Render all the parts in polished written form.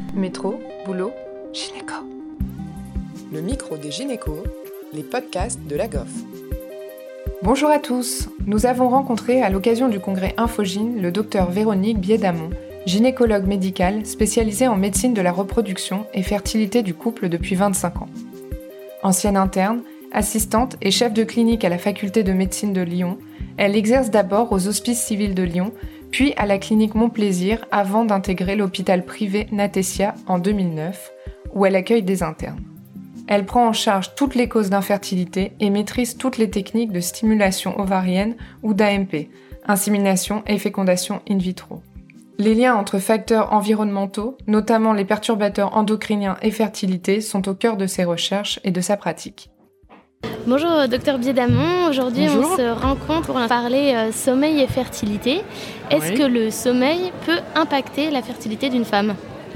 Métro, boulot, gynéco. Le micro des gynécos, les podcasts de la GOF. Bonjour à tous. Nous avons rencontré à l'occasion du congrès Infogyne le docteur Véronique Biédamon, gynécologue médicale spécialisée en médecine de la reproduction et fertilité du couple depuis 25 ans. Ancienne interne, assistante et chef de clinique à la faculté de médecine de Lyon, elle exerce d'abord aux Hospices civils de Lyon, puis à la clinique Montplaisir avant d'intégrer l'hôpital privé Natessia en 2009, où elle accueille des internes. Elle prend en charge toutes les causes d'infertilité et maîtrise toutes les techniques de stimulation ovarienne ou d'AMP, insémination et fécondation in vitro. Les liens entre facteurs environnementaux, notamment les perturbateurs endocriniens et fertilité, sont au cœur de ses recherches et de sa pratique. Bonjour Dr Biédamon, aujourd'hui Bonjour. on se rencontre pour parler sommeil et fertilité. Est-ce que le sommeil peut impacter la fertilité d'une femme ?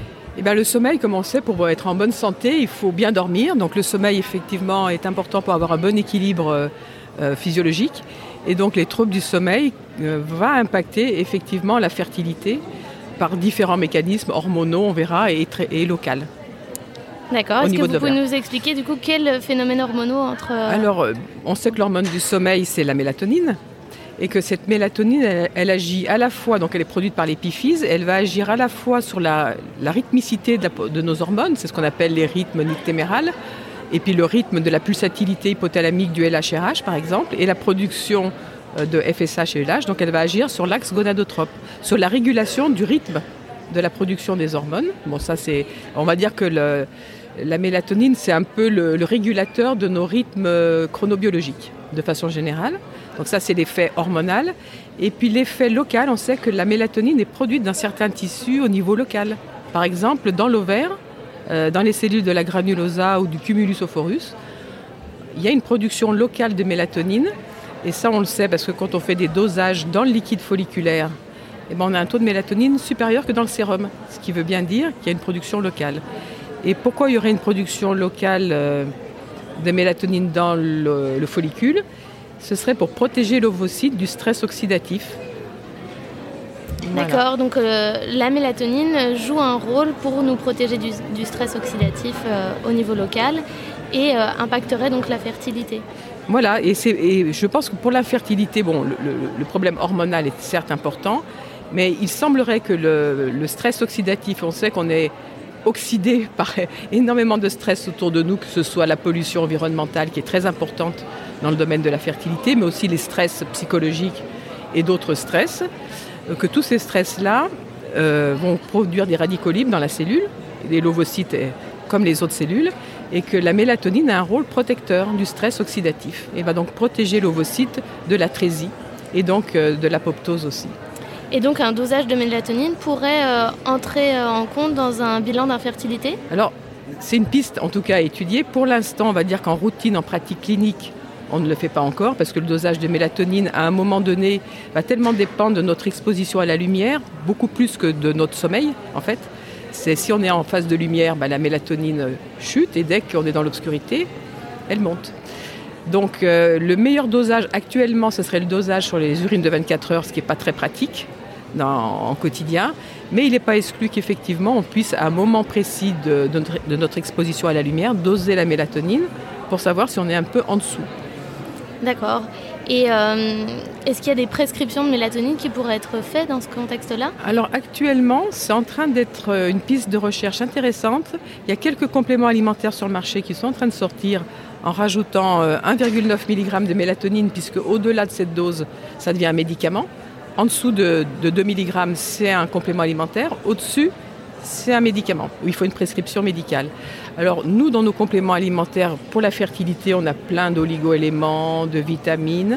Le sommeil, comme on sait, pour être en bonne santé, il faut bien dormir. Donc le sommeil, effectivement, est important pour avoir un bon équilibre physiologique. Et donc les troubles du sommeil vont impacter effectivement la fertilité par différents mécanismes hormonaux, on verra, et locaux. D'accord. Est-ce que vous pouvez nous expliquer du coup quels phénomènes hormonaux entre... Alors, on sait que l'hormone du sommeil, c'est la mélatonine. Et que cette mélatonine, elle agit à la fois, donc elle est produite par l'épiphyse, elle va agir à la fois sur la rythmicité de nos hormones, c'est ce qu'on appelle les rythmes nictémérales, et puis le rythme de la pulsatilité hypothalamique du LHRH par exemple, et la production de FSH et LH, donc elle va agir sur l'axe gonadotrope, sur la régulation du rythme de la production des hormones. Bon, ça c'est, on va dire que la mélatonine, c'est un peu le régulateur de nos rythmes chronobiologiques, de façon générale. Donc ça, c'est l'effet hormonal. Et puis l'effet local, on sait que la mélatonine est produite dans certains tissus au niveau local. Par exemple, dans l'ovaire, dans les cellules de la granulosa ou du cumulus oforus, il y a une production locale de mélatonine. Et ça, on le sait parce que quand on fait des dosages dans le liquide folliculaire, on a un taux de mélatonine supérieur que dans le sérum. Ce qui veut bien dire qu'il y a une production locale. Et pourquoi il y aurait une production locale de mélatonine dans le follicule ? Ce serait pour protéger l'ovocyte du stress oxydatif. Voilà. D'accord, donc la mélatonine joue un rôle pour nous protéger du stress oxydatif au niveau local et impacterait donc la fertilité. Voilà, et je pense que pour la fertilité, le problème hormonal est certes important, mais il semblerait que le stress oxydatif, on sait qu'on est oxydé par énormément de stress autour de nous, que ce soit la pollution environnementale qui est très importante dans le domaine de la fertilité, mais aussi les stress psychologiques et d'autres stress, que tous ces stress-là vont produire des radicaux libres dans la cellule, les l'ovocyte comme les autres cellules, et que la mélatonine a un rôle protecteur du stress oxydatif et va donc protéger l'ovocyte de l'atrésie et donc de l'apoptose aussi. Et donc un dosage de mélatonine pourrait entrer en compte dans un bilan d'infertilité ? Alors, c'est une piste en tout cas à étudier. Pour l'instant, on va dire qu'en routine, en pratique clinique, on ne le fait pas encore parce que le dosage de mélatonine, à un moment donné, va tellement dépendre de notre exposition à la lumière, beaucoup plus que de notre sommeil, en fait. Si on est en phase de lumière, la mélatonine chute et dès qu'on est dans l'obscurité, elle monte. Donc, le meilleur dosage actuellement, ce serait le dosage sur les urines de 24 heures, ce qui n'est pas très pratique en quotidien. Mais il n'est pas exclu qu'effectivement, on puisse, à un moment précis de notre exposition à la lumière, doser la mélatonine pour savoir si on est un peu en dessous. D'accord. Et est-ce qu'il y a des prescriptions de mélatonine qui pourraient être faites dans ce contexte-là ? Alors actuellement, c'est en train d'être une piste de recherche intéressante. Il y a quelques compléments alimentaires sur le marché qui sont en train de sortir en rajoutant 1,9 mg de mélatonine, puisque au-delà de cette dose, ça devient un médicament. En dessous de 2 mg, c'est un complément alimentaire. Au-dessus, c'est un médicament, où il faut une prescription médicale. Alors nous, dans nos compléments alimentaires pour la fertilité, on a plein d'oligo-éléments, de vitamines,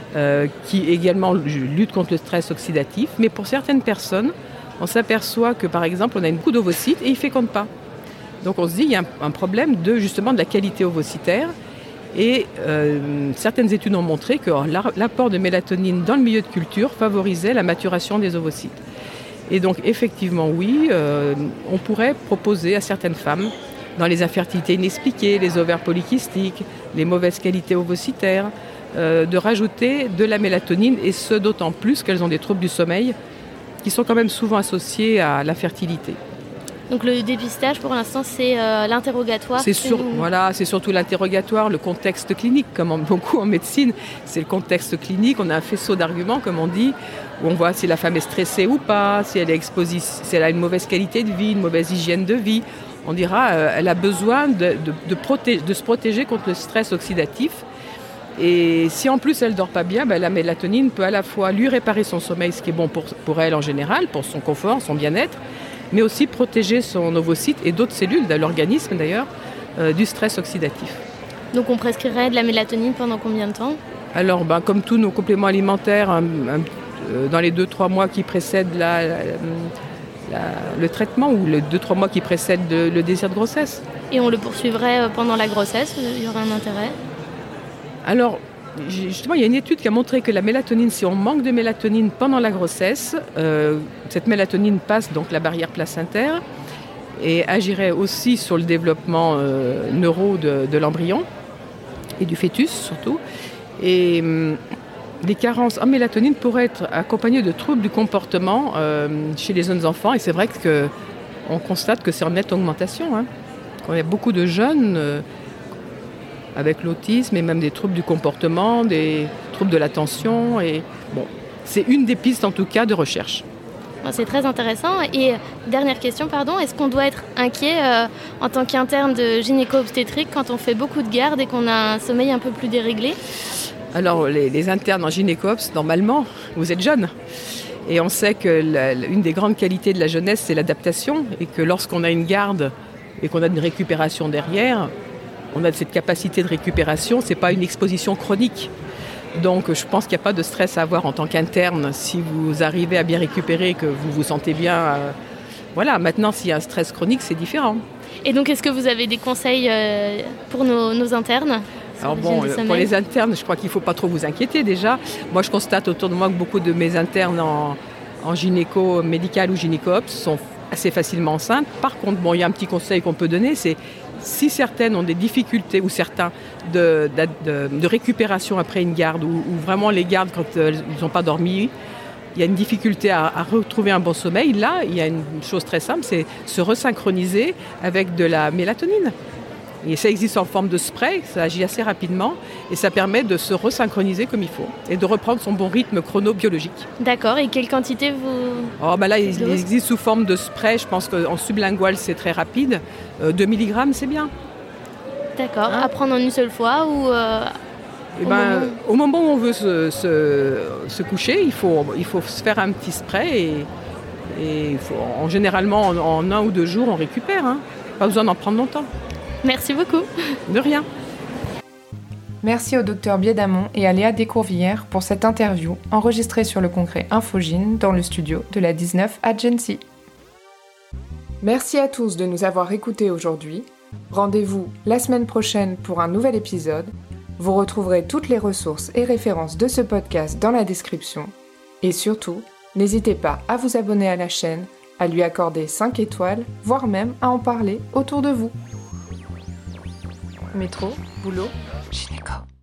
qui également luttent contre le stress oxydatif. Mais pour certaines personnes, on s'aperçoit que par exemple, on a beaucoup d'ovocytes et ils ne fécondent pas. Donc on se dit qu'il y a un problème de la qualité ovocytaire. Et certaines études ont montré que l'apport de mélatonine dans le milieu de culture favorisait la maturation des ovocytes. Et donc effectivement oui, on pourrait proposer à certaines femmes, dans les infertilités inexpliquées, les ovaires polykystiques, les mauvaises qualités ovocytaires, de rajouter de la mélatonine, et ce d'autant plus qu'elles ont des troubles du sommeil qui sont quand même souvent associés à la fertilité. Donc le dépistage, pour l'instant, c'est l'interrogatoire. C'est surtout l'interrogatoire, le contexte clinique, comme beaucoup en médecine. C'est le contexte clinique, on a un faisceau d'arguments, comme on dit, où on voit si la femme est stressée ou pas, si elle est exposée, si elle a une mauvaise qualité de vie, une mauvaise hygiène de vie. On dira elle a besoin de se protéger contre le stress oxydatif. Et si en plus elle ne dort pas bien, la mélatonine peut à la fois lui réparer son sommeil, ce qui est bon pour elle en général, pour son confort, son bien-être, mais aussi protéger son ovocyte et d'autres cellules de l'organisme d'ailleurs du stress oxydatif. Donc on prescrirait de la mélatonine pendant combien de temps ? Alors comme tous nos compléments alimentaires, dans les 2-3 mois qui précèdent le traitement ou les 2-3 mois qui précèdent le désir de grossesse. Et on le poursuivrait pendant la grossesse ? Il y aurait un intérêt ? Alors, justement, il y a une étude qui a montré que la mélatonine, si on manque de mélatonine pendant la grossesse, cette mélatonine passe donc la barrière placentaire et agirait aussi sur le développement neuro de l'embryon et du fœtus surtout. Et les carences en mélatonine pourraient être accompagnées de troubles du comportement chez les jeunes enfants. Et c'est vrai qu'on constate que c'est en nette augmentation. Qu'on a beaucoup de jeunes avec l'autisme et même des troubles du comportement, des troubles de l'attention. Et c'est une des pistes en tout cas de recherche. C'est très intéressant. Et dernière question, est-ce qu'on doit être inquiet en tant qu'interne de gynéco-obstétrique quand on fait beaucoup de garde et qu'on a un sommeil un peu plus déréglé ? Alors les internes en gynéco-obs, normalement, vous êtes jeunes. Et on sait que une des grandes qualités de la jeunesse, c'est l'adaptation. Et que lorsqu'on a une garde et qu'on a une récupération derrière, on a cette capacité de récupération, ce n'est pas une exposition chronique. Donc je pense qu'il n'y a pas de stress à avoir en tant qu'interne si vous arrivez à bien récupérer, que vous vous sentez bien. Maintenant, s'il y a un stress chronique, c'est différent. Et donc, est-ce que vous avez des conseils pour nos internes ? Alors pour les internes, je crois qu'il ne faut pas trop vous inquiéter déjà. Moi, je constate autour de moi que beaucoup de mes internes en gynéco médical ou gynéco-obs sont assez facilement enceintes. Par contre, il y a un petit conseil qu'on peut donner, c'est si certaines ont des difficultés ou certains de récupération après une garde ou vraiment les gardes quand ils n'ont pas dormi, il y a une difficulté à retrouver un bon sommeil. Là, il y a une chose très simple, c'est se resynchroniser avec de la mélatonine. Et ça existe en forme de spray, ça agit assez rapidement et ça permet de se resynchroniser comme il faut et de reprendre son bon rythme chronobiologique. D'accord, et quelle quantité vous... Là, il existe sous forme de spray, je pense qu'en sublingual c'est très rapide, 2 mg c'est bien. D'accord, à prendre en une seule fois ou... Au moment où on veut se coucher, il faut se faire un petit spray et généralement en 1 ou 2 jours on récupère, pas besoin d'en prendre longtemps. Merci beaucoup. De rien. Merci au Dr Biedamon et à Léa Descourvillères pour cette interview enregistrée sur le congrès Infogine dans le studio de la 19 Agency. Merci à tous de nous avoir écoutés aujourd'hui. Rendez-vous la semaine prochaine pour un nouvel épisode. Vous retrouverez toutes les ressources et références de ce podcast dans la description. Et surtout, n'hésitez pas à vous abonner à la chaîne, à lui accorder 5 étoiles, voire même à en parler autour de vous. Métro, boulot, gynéco.